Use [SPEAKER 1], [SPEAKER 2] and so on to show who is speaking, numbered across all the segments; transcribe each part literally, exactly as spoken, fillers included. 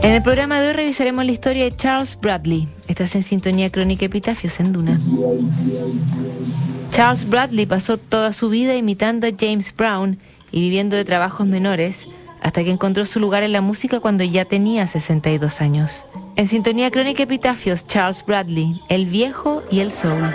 [SPEAKER 1] En el programa de hoy revisaremos la historia de Charles Bradley. Estás en sintonía Crónica Epitafios en Duna. Charles Bradley pasó toda su vida imitando a James Brown y viviendo de trabajos menores hasta que encontró su lugar en la música cuando ya tenía sesenta y dos años. En sintonía Crónica Epitafios, Charles Bradley, el viejo y el soul.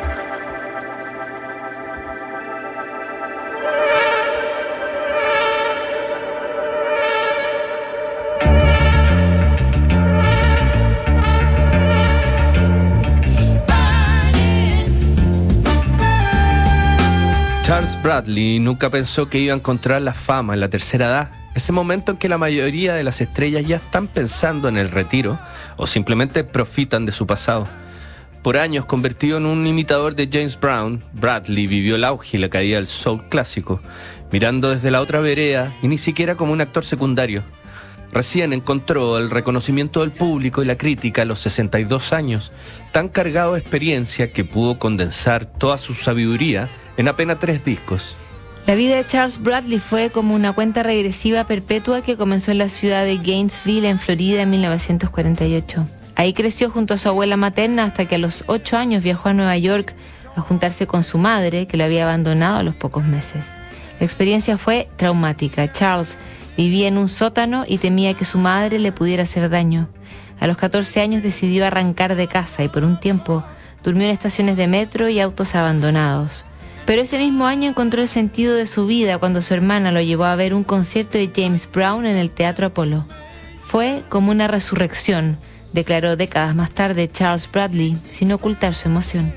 [SPEAKER 2] Charles Bradley nunca pensó que iba a encontrar la fama en la tercera edad, ese momento en que la mayoría de las estrellas ya están pensando en el retiro o simplemente profitan de su pasado. Por años convertido en un imitador de James Brown, Bradley vivió el auge y la caída del soul clásico, mirando desde la otra vereda y ni siquiera como un actor secundario. Recién encontró el reconocimiento del público y la crítica a los sesenta y dos años, tan cargado de experiencia que pudo condensar toda su sabiduría en apenas tres discos.
[SPEAKER 1] La vida de Charles Bradley fue como una cuenta regresiva perpetua que comenzó en la ciudad de Gainesville, en Florida, en mil novecientos cuarenta y ocho. Ahí creció junto a su abuela materna hasta que a los ocho años viajó a Nueva York a juntarse con su madre, que lo había abandonado a los pocos meses. La experiencia fue traumática. Charles vivía en un sótano y temía que su madre le pudiera hacer daño. A los catorce años decidió arrancar de casa y por un tiempo durmió en estaciones de metro y autos abandonados. Pero ese mismo año encontró el sentido de su vida cuando su hermana lo llevó a ver un concierto de James Brown en el Teatro Apolo. Fue como una resurrección, declaró décadas más tarde Charles Bradley, sin ocultar su emoción.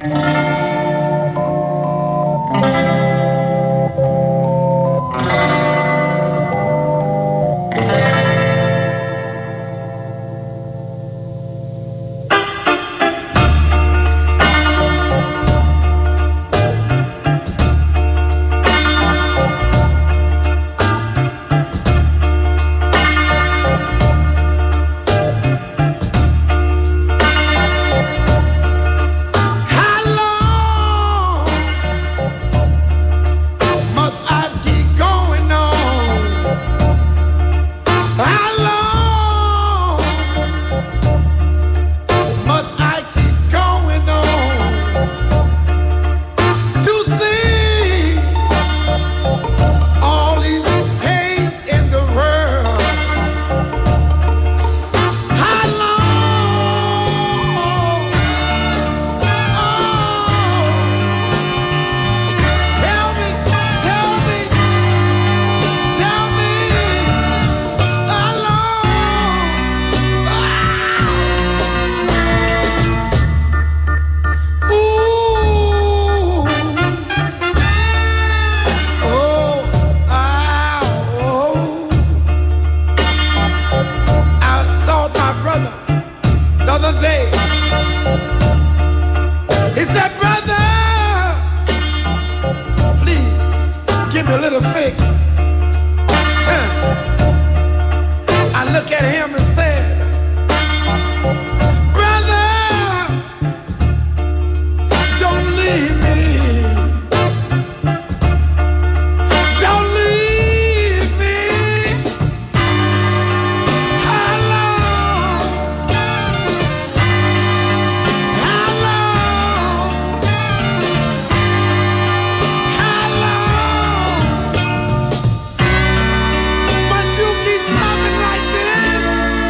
[SPEAKER 3] Like this?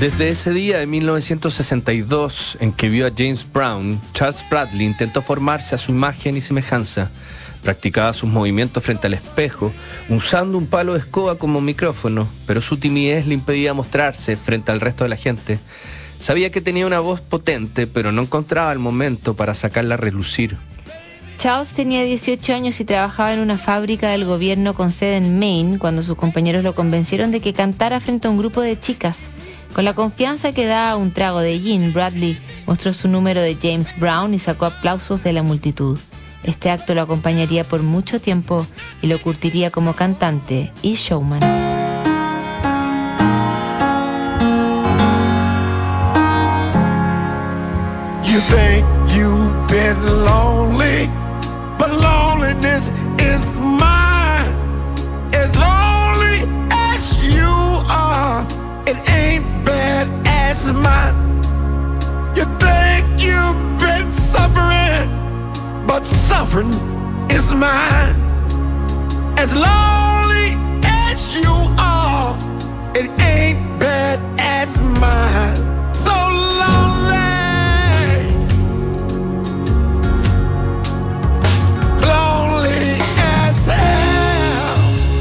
[SPEAKER 2] Desde ese día de mil novecientos sesenta y dos en que vio a James Brown, Charles Bradley intentó formarse a su imagen y semejanza. Practicaba sus movimientos frente al espejo, usando un palo de escoba como micrófono, pero su timidez le impedía mostrarse frente al resto de la gente. Sabía que tenía una voz potente, pero no encontraba el momento para sacarla a relucir.
[SPEAKER 1] Charles tenía dieciocho años y trabajaba en una fábrica del gobierno con sede en Maine cuando sus compañeros lo convencieron de que cantara frente a un grupo de chicas. Con la confianza que da un trago de gin, Bradley mostró su número de James Brown y sacó aplausos de la multitud. Este acto lo acompañaría por mucho tiempo y lo curtiría como cantante y showman.
[SPEAKER 3] You think you've been lonely, but loneliness is mine. As lonely as you are, it ain't bad as mine. You think you've been suffering, but suffering is mine. As lonely as you are, it ain't bad as mine. So lonely, lonely as hell.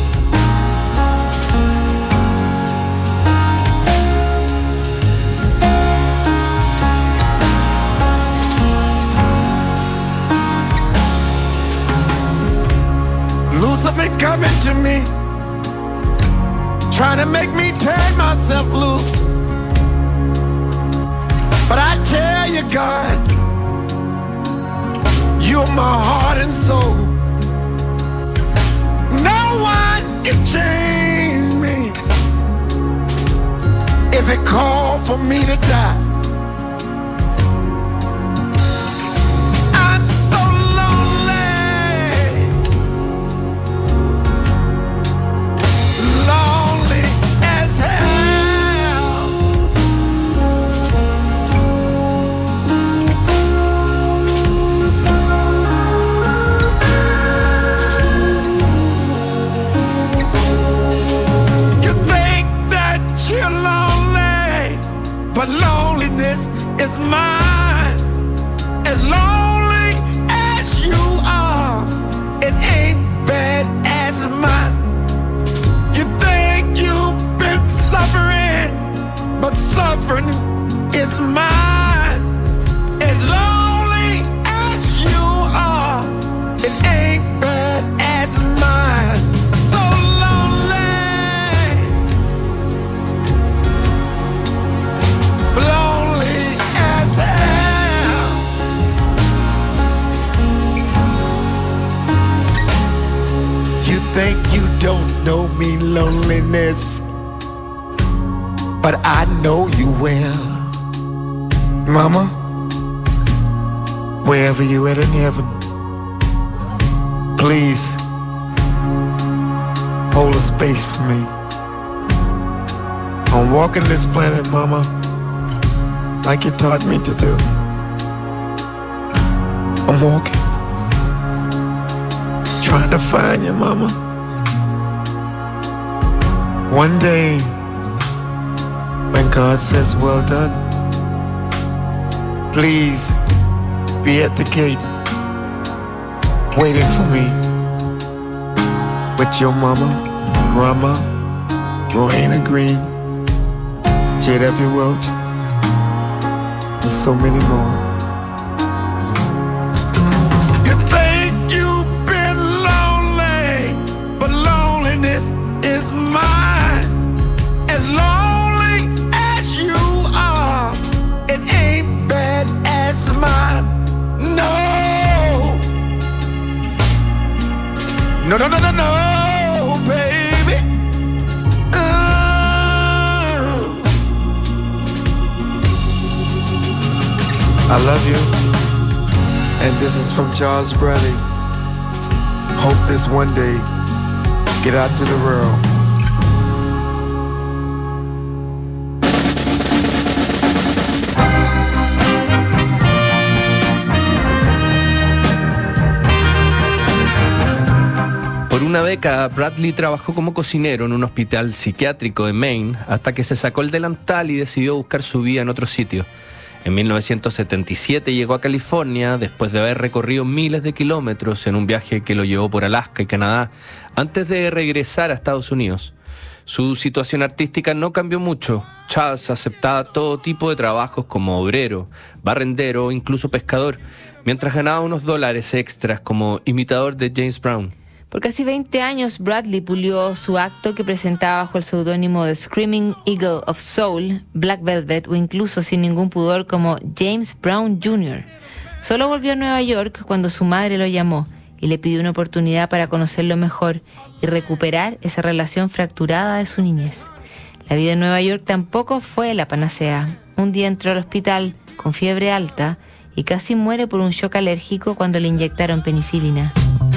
[SPEAKER 3] Lucifer coming to me, trying to make me turn myself loose. But I tell you, God, you're my heart and soul. No one can change me. If it called for me to die, I'm so lonely, lonely as hell. You think that you're lonely, but loneliness is mine. As lonely as you are, it ain't bad as mine. You think you've been suffering, but suffering is mine. As lonely as you are, it ain't bad as mine. So lonely, lonely as hell. You think you don't know me, loneliness, but I know you well. Mama, wherever you at in heaven, please hold a space for me. I'm walking this planet, Mama, like you taught me to do. I'm walking, trying to find you, Mama. One day, when God says, well done, please be at the gate, waiting for me, with your mama, grandma, Rowena Green, J W Welch, and so many more. You think you've been lonely, but loneliness is mine. As lonely as you are, it ain't bad as mine. No, no, no, no, no, no, baby. Uh, I love you, and this is from Charles Bradley. Hope this one day get out to the world.
[SPEAKER 2] Por una década, Bradley trabajó como cocinero en un hospital psiquiátrico en Maine hasta que se sacó el delantal y decidió buscar su vida en otro sitio. En mil novecientos setenta y siete llegó a California después de haber recorrido miles de kilómetros en un viaje que lo llevó por Alaska y Canadá antes de regresar a Estados Unidos. Su situación artística no cambió mucho. Charles aceptaba todo tipo de trabajos como obrero, barrendero o incluso pescador, mientras ganaba unos dólares extras como imitador de James Brown.
[SPEAKER 1] Por casi veinte años, Bradley pulió su acto que presentaba bajo el seudónimo de Screaming Eagle of Soul, Black Velvet o incluso sin ningún pudor como James Brown junior Solo volvió a Nueva York cuando su madre lo llamó y le pidió una oportunidad para conocerlo mejor y recuperar esa relación fracturada de su niñez. La vida en Nueva York tampoco fue la panacea. Un día entró al hospital con fiebre alta y casi muere por un shock alérgico cuando le inyectaron penicilina.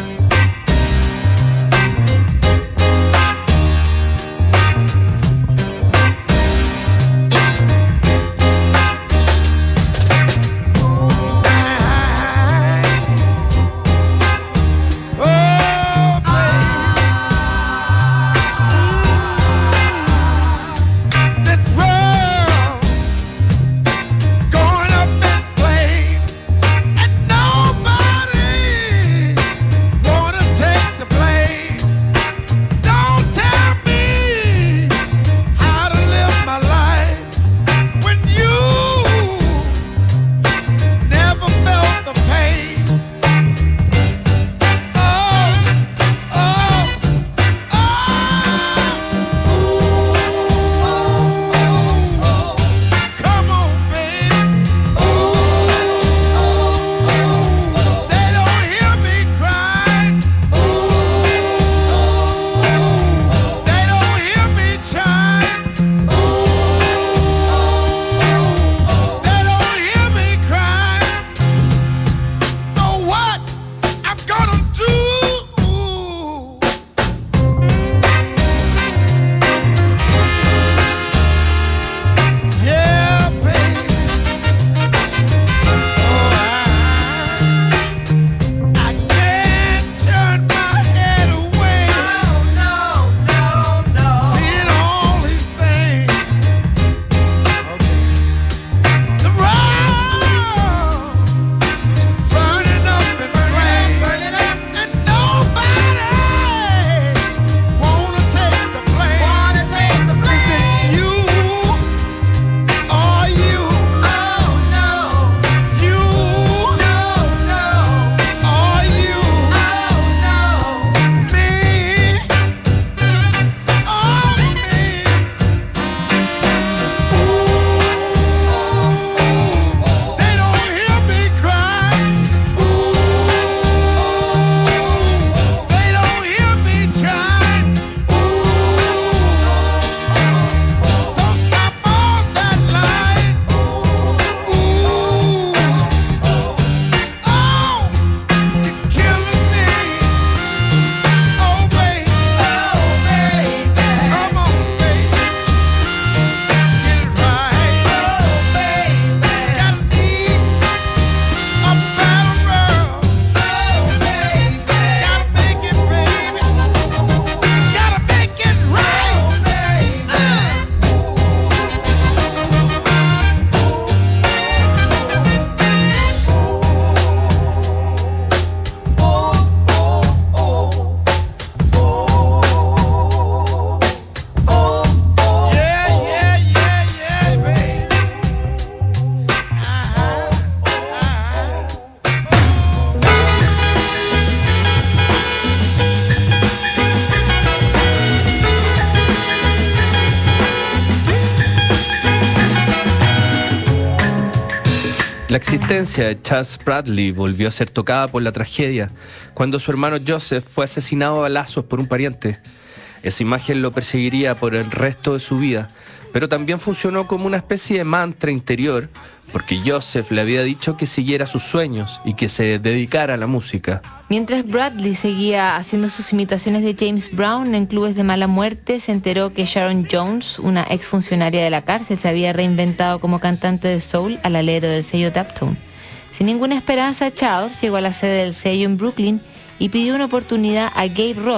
[SPEAKER 2] La existencia de Charles Bradley volvió a ser tocada por la tragedia cuando su hermano Joseph fue asesinado a balazos por un pariente. Esa imagen lo perseguiría por el resto de su vida, pero también funcionó como una especie de mantra interior, porque Joseph le había dicho que siguiera sus sueños y que se dedicara a la música.
[SPEAKER 1] Mientras Bradley seguía haciendo sus imitaciones de James Brown en clubes de mala muerte, se enteró que Sharon Jones, una exfuncionaria de la cárcel, se había reinventado como cantante de soul al alero del sello Daptone. Sin ninguna esperanza, Charles llegó a la sede del sello en Brooklyn y pidió una oportunidad a Gabe Roth,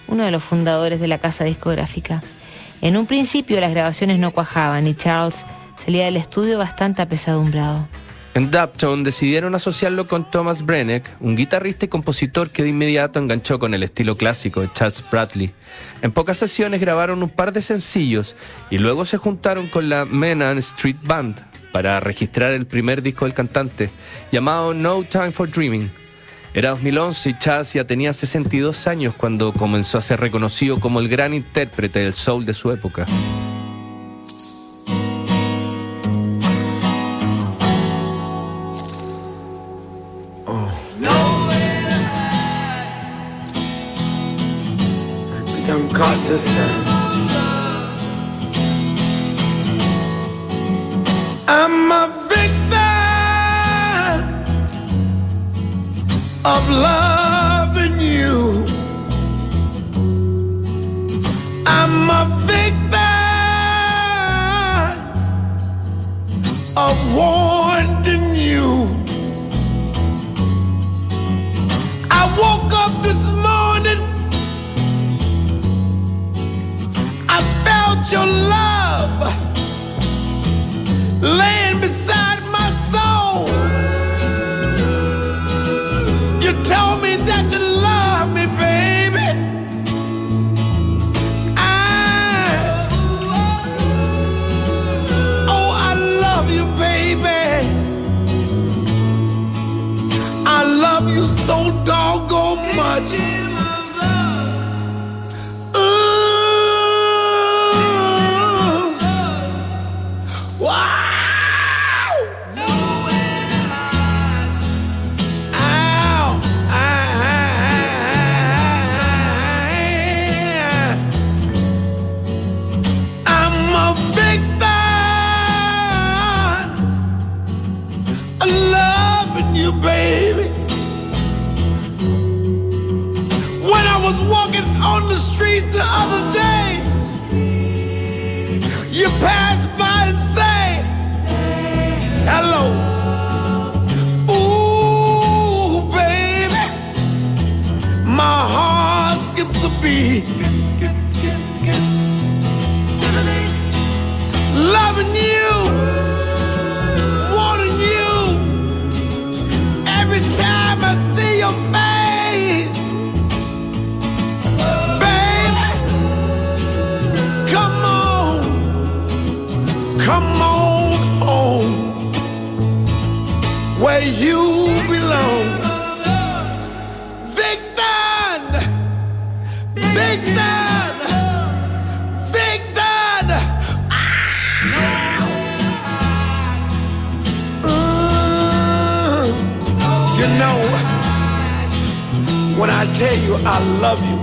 [SPEAKER 1] uno de los fundadores de la casa discográfica. En un principio las grabaciones no cuajaban y Charles salía del estudio bastante apesadumbrado.
[SPEAKER 2] En Daptone decidieron asociarlo con Thomas Brenneck, un guitarrista y compositor que de inmediato enganchó con el estilo clásico de Charles Bradley. En pocas sesiones grabaron un par de sencillos y luego se juntaron con la Menan Street Band para registrar el primer disco del cantante, llamado No Time for Dreaming. Era dos mil once y Charles ya tenía sesenta y dos años cuando comenzó a ser reconocido como el gran intérprete del soul de su época.
[SPEAKER 3] I'm caught this time. I'm a victim of loving you. I'm a victim of wanting you. I woke up this morning, I felt your love laying beside my soul. You told me that you love me, baby. I, oh, I love you, baby. I love you so doggone much. On the streets the other day, you pass by and say hello. Ooh, baby, my heart skips a beat. Loving you, wanting you, every time I see your face. Come on home, where you belong. Victor, Victor, Victor. Ah! Uh, you know, when I tell you I love you,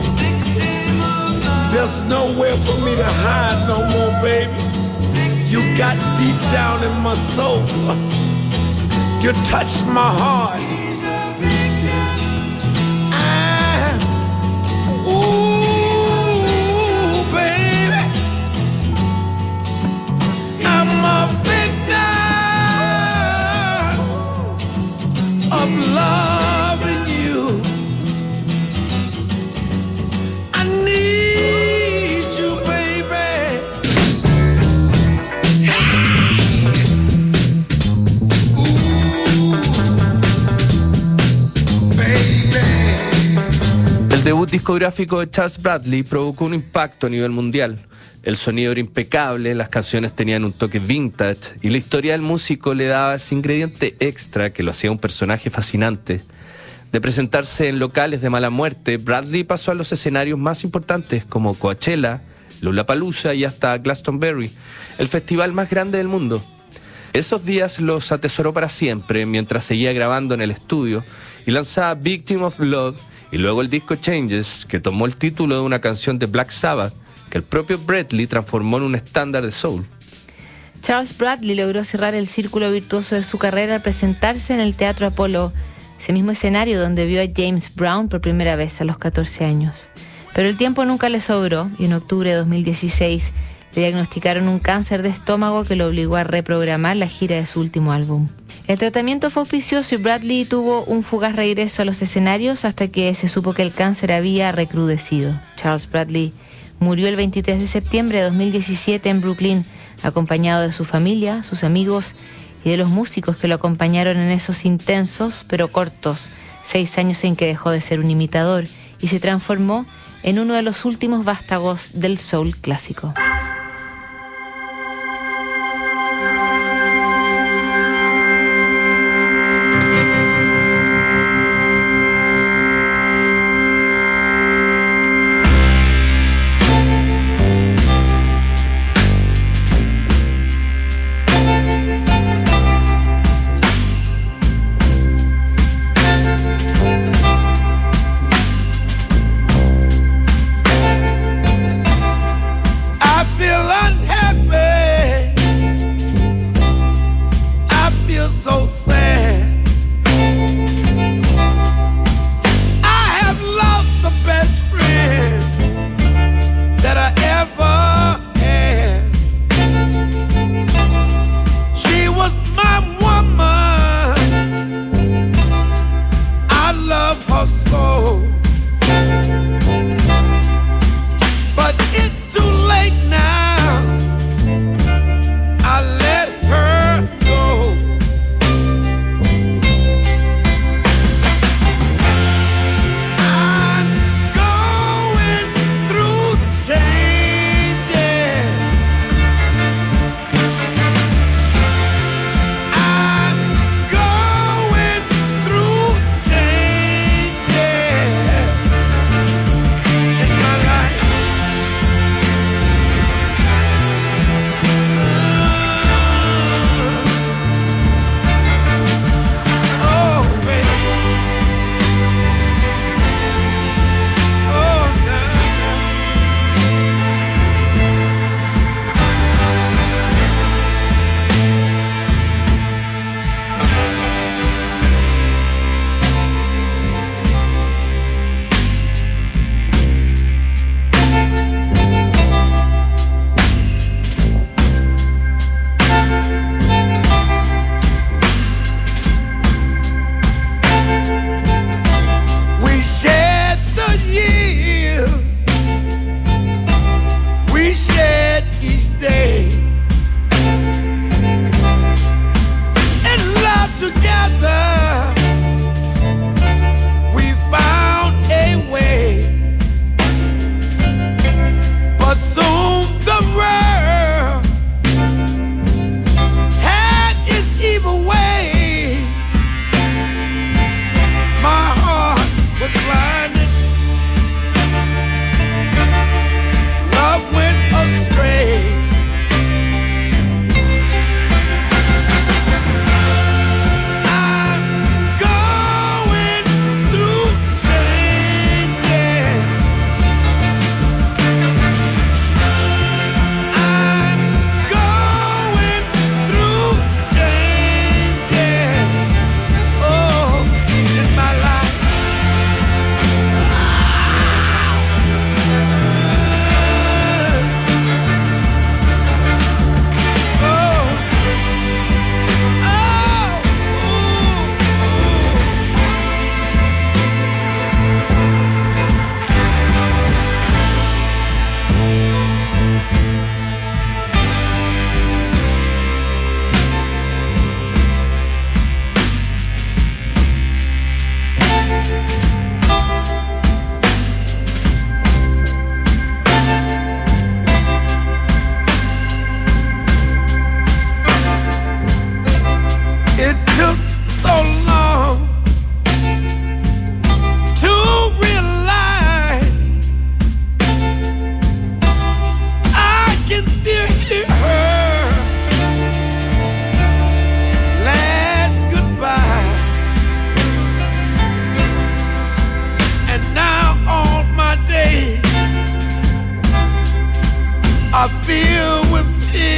[SPEAKER 3] there's nowhere for me to hide no more, baby. You got deep down in my soul. You touched my heart. I, ooh, baby, I'm a victim of loving you. I need you, baby.
[SPEAKER 2] El debut discográfico de Charles Bradley provocó un impacto a nivel mundial. El sonido era impecable, las canciones tenían un toque vintage y la historia del músico le daba ese ingrediente extra que lo hacía un personaje fascinante. De presentarse en locales de mala muerte, Bradley pasó a los escenarios más importantes como Coachella, Lollapalooza y hasta Glastonbury, el festival más grande del mundo. Esos días los atesoró para siempre mientras seguía grabando en el estudio y lanzaba Victim of Love y luego el disco Changes, que tomó el título de una canción de Black Sabbath que el propio Bradley transformó en un estándar de soul.
[SPEAKER 1] Charles Bradley logró cerrar el círculo virtuoso de su carrera al presentarse en el Teatro Apolo, ese mismo escenario donde vio a James Brown por primera vez a los catorce años. Pero el tiempo nunca le sobró y en octubre de dos mil dieciséis Le diagnosticaron un cáncer de estómago que lo obligó a reprogramar la gira de su último álbum. El tratamiento fue auspicioso y Bradley tuvo un fugaz regreso a los escenarios hasta que se supo que el cáncer había recrudecido. Charles Bradley murió el veintitrés de septiembre de dos mil diecisiete en Brooklyn, acompañado de su familia, sus amigos y de los músicos que lo acompañaron en esos intensos pero cortos seis años en que dejó de ser un imitador y se transformó en uno de los últimos vástagos del soul clásico.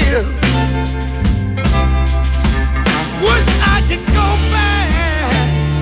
[SPEAKER 3] Wish I could go back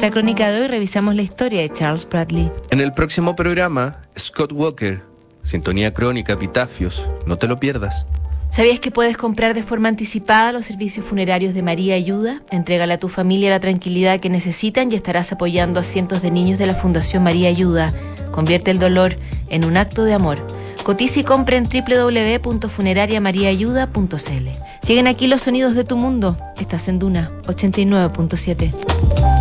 [SPEAKER 1] nuestra crónica de hoy revisamos la historia de Charles Bradley.
[SPEAKER 2] En el próximo programa, Scott Walker, Sintonía Crónica, Epitafios, no te lo pierdas.
[SPEAKER 1] ¿Sabías que puedes comprar de forma anticipada los servicios funerarios de María Ayuda? Entrégale a tu familia la tranquilidad que necesitan y estarás apoyando a cientos de niños de la Fundación María Ayuda. Convierte el dolor en un acto de amor. Cotiza y compra en doble u doble u doble u punto funeraria maría ayuda punto c l. Siguen aquí los sonidos de tu mundo. Estás en Duna ochenta y nueve punto siete.